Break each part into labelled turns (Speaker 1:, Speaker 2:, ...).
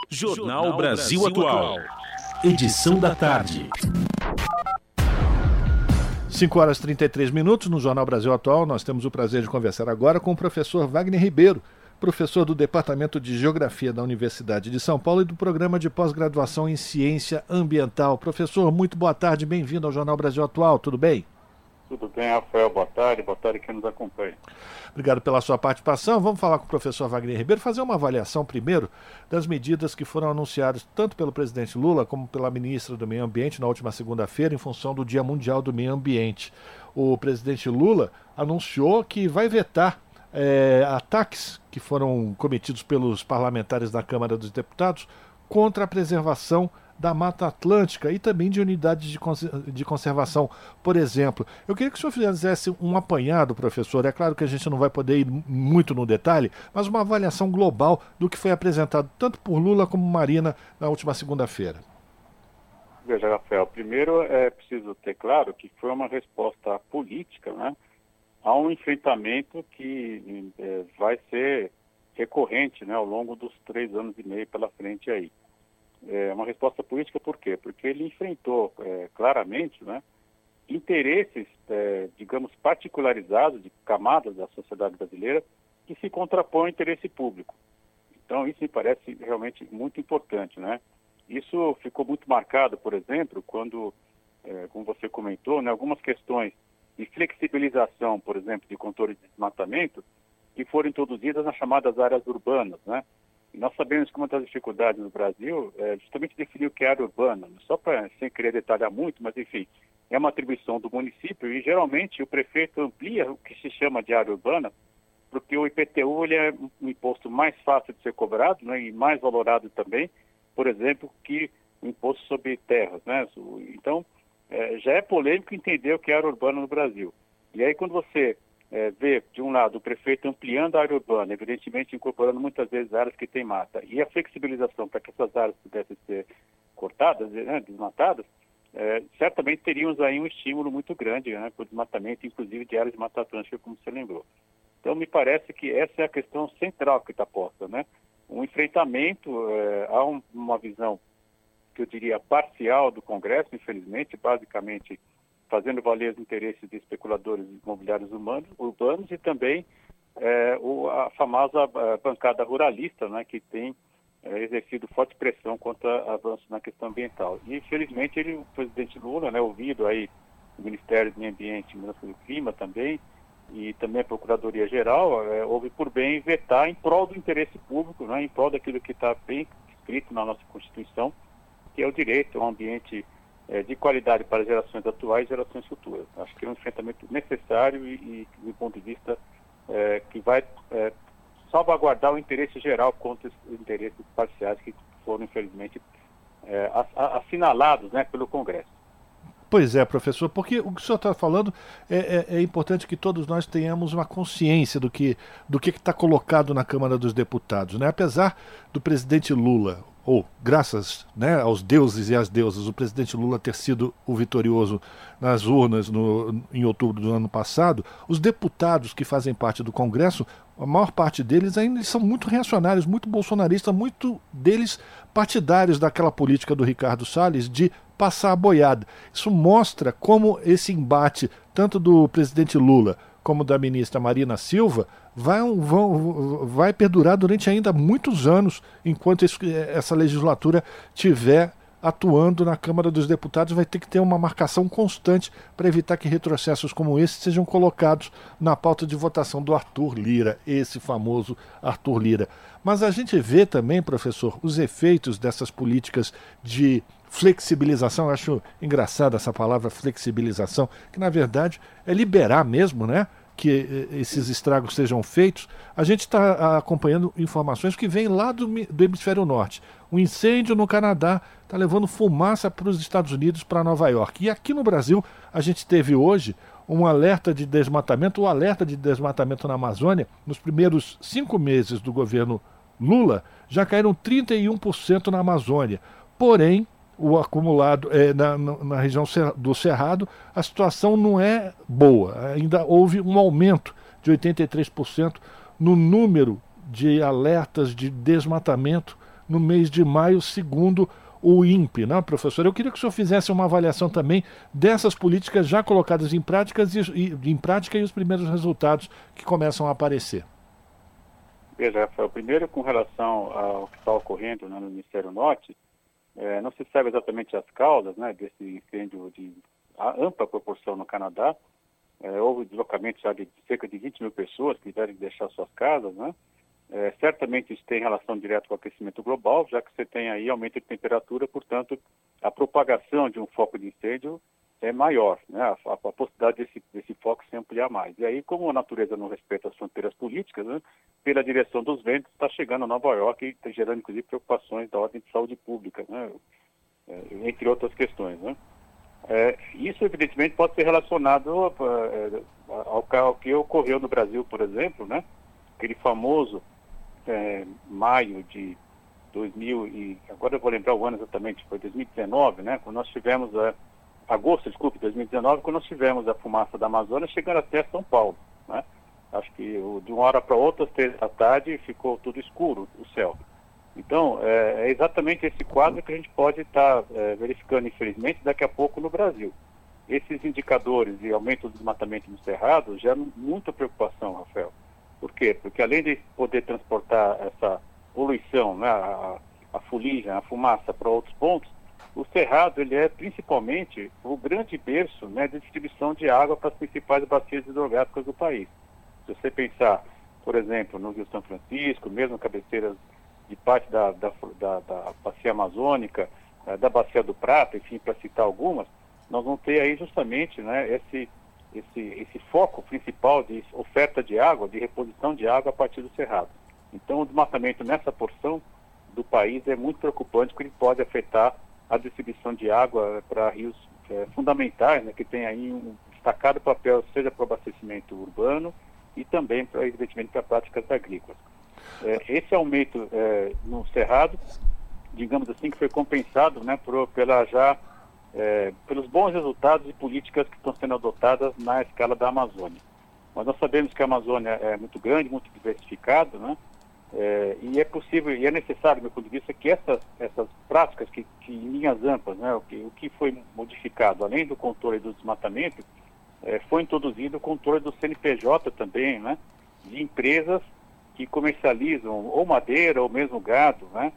Speaker 1: Jornal Brasil Atual. Edição da tarde.
Speaker 2: 5h33 no Jornal Brasil Atual. Nós temos o prazer de conversar agora com o professor Wagner Ribeiro, professor do Departamento de Geografia da Universidade de São Paulo e do Programa de Pós-Graduação em Ciência Ambiental. Professor, muito boa tarde, bem-vindo ao Jornal Brasil Atual, tudo bem?
Speaker 3: Tudo bem, Rafael, boa tarde quem nos acompanha.
Speaker 2: Obrigado pela sua participação. Vamos falar com o professor Wagner Ribeiro, fazer uma avaliação primeiro das medidas que foram anunciadas tanto pelo presidente Lula como pela ministra do Meio Ambiente na última segunda-feira em função do Dia Mundial do Meio Ambiente. O presidente Lula anunciou que vai vetar ataques que foram cometidos pelos parlamentares da Câmara dos Deputados contra a preservação da Mata Atlântica e também de unidades de conservação, por exemplo. Eu queria que o senhor fizesse um apanhado, professor. É claro que a gente não vai poder ir muito no detalhe, mas uma avaliação global do que foi apresentado tanto por Lula como Marina na última segunda-feira.
Speaker 3: Veja, Rafael, primeiro é preciso ter claro que foi uma resposta política, né, a um enfrentamento que vai ser recorrente, né, ao longo dos 3 anos e meio pela frente aí. É uma resposta política por quê? Porque ele enfrentou claramente, né, interesses, digamos, particularizados de camadas da sociedade brasileira que se contrapõem ao interesse público. Então, isso me parece realmente muito importante, né? Isso ficou muito marcado, por exemplo, quando, como você comentou, né, algumas questões de flexibilização, por exemplo, de controle de desmatamento, que foram introduzidas nas chamadas áreas urbanas, né? E nós sabemos que uma das dificuldades no Brasil é justamente definir o que é área urbana, só para, sem querer detalhar muito, mas enfim, é uma atribuição do município e geralmente o prefeito amplia o que se chama de área urbana, porque o IPTU ele é um imposto mais fácil de ser cobrado, né, e mais valorado também, por exemplo, que o imposto sobre terras, né? Então, já é polêmico entender o que é área urbana no Brasil. E aí quando você vê, de um lado, o prefeito ampliando a área urbana, evidentemente incorporando muitas vezes áreas que tem mata, e a flexibilização para que essas áreas pudessem ser cortadas, né, desmatadas, certamente teríamos aí um estímulo muito grande, né, para o desmatamento, inclusive de áreas de Mata Atlântica, como você lembrou. Então, me parece que essa é a questão central que está posta, né? Um enfrentamento, há uma visão, que eu diria, parcial do Congresso, infelizmente, basicamente fazendo valer os interesses de especuladores imobiliários urbanos e também a famosa bancada ruralista, né, que tem exercido forte pressão contra avanços na questão ambiental. E, infelizmente, o presidente Lula, né, ouvido aí o Ministério do Meio Ambiente e do Clima também, e também a Procuradoria-Geral, houve por bem vetar em prol do interesse público, né, em prol daquilo que está bem escrito na nossa Constituição, que é o direito a um ambiente de qualidade para gerações atuais e gerações futuras. Acho que é um enfrentamento necessário e do ponto de vista que vai salvaguardar o interesse geral contra os interesses parciais que foram, infelizmente, assinalados, né, pelo Congresso.
Speaker 2: Pois é, professor, porque o que o senhor está falando é importante que todos nós tenhamos uma consciência do que está colocado na Câmara dos Deputados, né? Apesar do presidente Lula, graças, né, aos deuses e às deusas, o presidente Lula ter sido o vitorioso nas urnas em outubro do ano passado, os deputados que fazem parte do Congresso, a maior parte deles ainda são muito reacionários, muito bolsonaristas, muito deles partidários daquela política do Ricardo Salles de passar a boiada. Isso mostra como esse embate, tanto do presidente Lula como da ministra Marina Silva, vai perdurar durante ainda muitos anos, enquanto essa legislatura estiver atuando na Câmara dos Deputados. Vai ter que ter uma marcação constante para evitar que retrocessos como esse sejam colocados na pauta de votação do Arthur Lira, esse famoso Arthur Lira. Mas a gente vê também, professor, os efeitos dessas políticas de flexibilização. Eu acho engraçada essa palavra flexibilização, que na verdade é liberar mesmo, né, que esses estragos sejam feitos. A gente está acompanhando informações que vêm lá do hemisfério norte. Um incêndio no Canadá está levando fumaça para os Estados Unidos, para Nova York. E aqui no Brasil a gente teve hoje um alerta de desmatamento, o alerta de desmatamento na Amazônia. Nos primeiros 5 meses do governo Lula, já caíram 31% na Amazônia. Porém, o acumulado na região do Cerrado, a situação não é boa. Ainda houve um aumento de 83% no número de alertas de desmatamento no mês de maio, segundo o INPE, né, professor? Eu queria que o senhor fizesse uma avaliação também dessas políticas já colocadas em prática e os primeiros resultados que começam a aparecer.
Speaker 3: Veja, Rafael, primeiro com relação ao que está ocorrendo, né, no Ministério Norte, não se sabe exatamente as causas, né, desse incêndio de ampla proporção no Canadá. Houve deslocamento já de cerca de 20 mil pessoas que tiveram que deixar suas casas, né? Certamente isso tem relação direta com o aquecimento global, já que você tem aí aumento de temperatura, portanto, a propagação de um foco de incêndio é maior, né? A possibilidade desse foco se ampliar mais. E aí, como a natureza não respeita as fronteiras políticas, né, pela direção dos ventos, está chegando a Nova York e está gerando, inclusive, preocupações da ordem de saúde pública, né? Entre outras questões, né? Isso, evidentemente, pode ser relacionado ao que ocorreu no Brasil, por exemplo, né? Aquele famoso maio de 2000, agora eu vou lembrar o ano exatamente, foi 2019, né? Quando nós tivemos, agosto, desculpe, 2019, quando nós tivemos a fumaça da Amazônia chegando até São Paulo, né? Acho que de uma hora para outra, às 3 da tarde, ficou tudo escuro, o céu. Então, é exatamente esse quadro que a gente pode estar verificando, infelizmente, daqui a pouco no Brasil. Esses indicadores de aumento do desmatamento no Cerrado geram muita preocupação, Rafael. Por quê? Porque além de poder transportar essa poluição, né, a fuligem, a fumaça para outros pontos, o Cerrado ele é principalmente o grande berço, né, de distribuição de água para as principais bacias hidrográficas do país. Se você pensar, por exemplo, no Rio São Francisco, mesmo cabeceiras de parte da bacia amazônica, da bacia do Prata, enfim, para citar algumas, nós vamos ter aí justamente, né, esse foco principal de oferta de água, de reposição de água a partir do Cerrado. Então, o desmatamento nessa porção do país é muito preocupante, porque ele pode afetar a distribuição de água para rios fundamentais, né, que tem aí um destacado papel, seja para o abastecimento urbano e também, evidentemente, para práticas agrícolas. Esse aumento no Cerrado, digamos assim, que foi compensado, né, pelos bons resultados e políticas que estão sendo adotadas na escala da Amazônia. Mas nós sabemos que a Amazônia é muito grande, muito diversificada, né? E é possível e é necessário, do meu ponto de vista, que essas práticas que em linhas amplas, né, o que foi modificado, além do controle do desmatamento, foi introduzido o controle do CNPJ também, né, de empresas que comercializam ou madeira ou mesmo gado, né?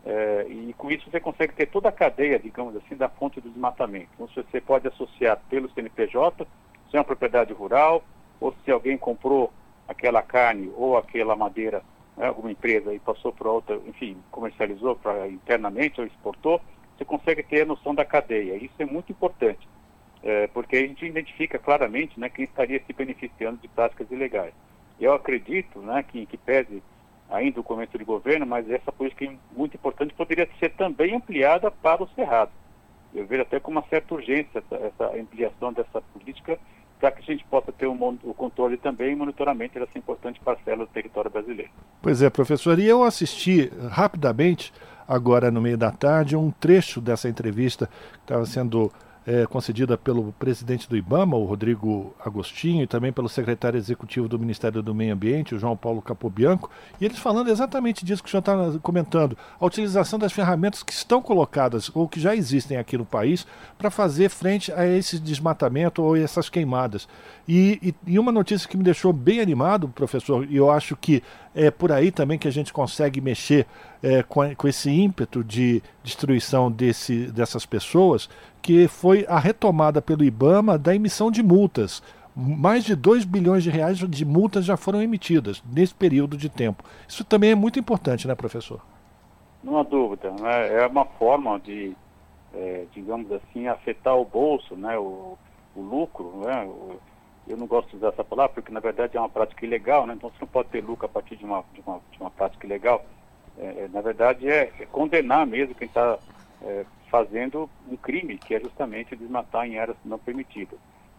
Speaker 3: E com isso você consegue ter toda a cadeia, digamos assim, da fonte do desmatamento. Então você pode associar pelo CNPJ, se é uma propriedade rural, ou se alguém comprou aquela carne ou aquela madeira, né, alguma empresa e passou para outra, enfim, comercializou internamente ou exportou, você consegue ter a noção da cadeia. Isso é muito importante, porque a gente identifica claramente, né, quem estaria se beneficiando de práticas ilegais. Eu acredito, né, que pese ainda o começo de governo, mas essa política é muito importante, poderia ser também ampliada para o Cerrado. Eu vejo até com uma certa urgência essa ampliação dessa política, para que a gente possa ter o controle também e o monitoramento dessa importante parcela do território brasileiro.
Speaker 2: Pois é, professor, e eu assisti rapidamente, agora no meio da tarde, um trecho dessa entrevista que estava sendo concedida pelo presidente do IBAMA, o Rodrigo Agostinho, e também pelo secretário executivo do Ministério do Meio Ambiente, o João Paulo Capobianco, e eles falando exatamente disso que o senhor está comentando, a utilização das ferramentas que estão colocadas ou que já existem aqui no país para fazer frente a esse desmatamento ou essas queimadas. E uma notícia que me deixou bem animado, professor, e eu acho que é por aí também que a gente consegue mexer com esse ímpeto de destruição dessas pessoas, que foi a retomada pelo IBAMA da emissão de multas. Mais de 2 bilhões de reais de multas já foram emitidas nesse período de tempo. Isso também é muito importante, né, professor?
Speaker 3: Não há dúvida, né? É uma forma de, digamos assim, afetar o bolso, né, o lucro, né? Eu não gosto de usar essa palavra porque, na verdade, é uma prática ilegal, né? Então você não pode ter lucro a partir de uma prática ilegal. Na verdade, é condenar mesmo quem está fazendo um crime, que é justamente desmatar em áreas não permitidas.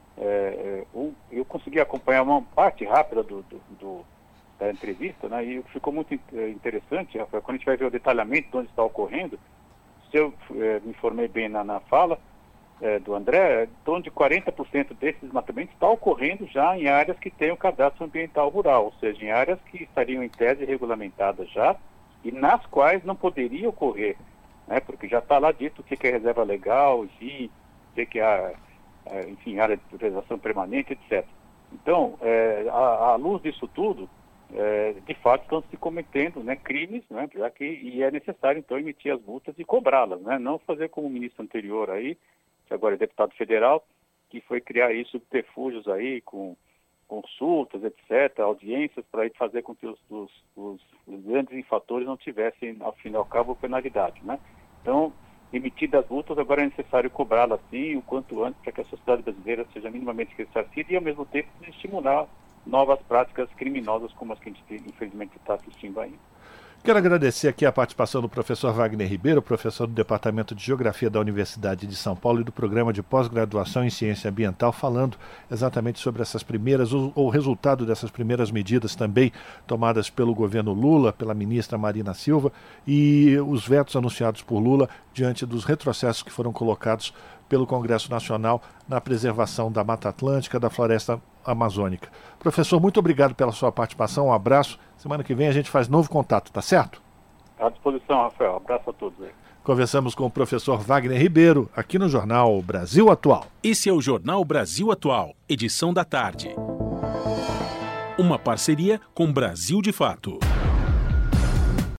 Speaker 3: Eu consegui acompanhar uma parte rápida da entrevista, né, e ficou muito interessante, Rafael, quando a gente vai ver o detalhamento de onde está ocorrendo. Se eu me informei bem na fala do André, em torno de 40% desses desmatamentos está ocorrendo já em áreas que têm o cadastro ambiental rural, ou seja, em áreas que estariam em tese regulamentadas já, e nas quais não poderia ocorrer, né? Porque já está lá dito o que é reserva legal, enfim, o que é área de preservação permanente, etc. Então, à luz disso tudo, de fato estão se cometendo, né, crimes, né, e é necessário então emitir as multas e cobrá-las, né? Não fazer como o ministro anterior aí, que agora é deputado federal, que foi criar aí subterfúgios aí com consultas, etc., audiências, para fazer com que os grandes infratores não tivessem, ao fim e ao cabo, penalidade, né? Então, emitidas as multas, agora é necessário cobrá-las assim, o quanto antes, para que a sociedade brasileira seja minimamente ressarcida e, ao mesmo tempo, estimular novas práticas criminosas como as que a gente, infelizmente, está assistindo ainda.
Speaker 2: Quero agradecer aqui a participação do professor Wagner Ribeiro, professor do Departamento de Geografia da Universidade de São Paulo e do Programa de Pós-Graduação em Ciência Ambiental, falando exatamente sobre essas primeiras, o resultado dessas primeiras medidas também tomadas pelo governo Lula, pela ministra Marina Silva, e os vetos anunciados por Lula diante dos retrocessos que foram colocados pelo Congresso Nacional na preservação da Mata Atlântica, da floresta amazônica. Professor, muito obrigado pela sua participação, um abraço. Semana que vem a gente faz novo contato, tá certo?
Speaker 3: À disposição, Rafael. Abraço a todos aí.
Speaker 2: Conversamos com o professor Wagner Ribeiro, aqui no Jornal Brasil Atual.
Speaker 1: Esse é o Jornal Brasil Atual, edição da tarde. Uma parceria com Brasil de Fato.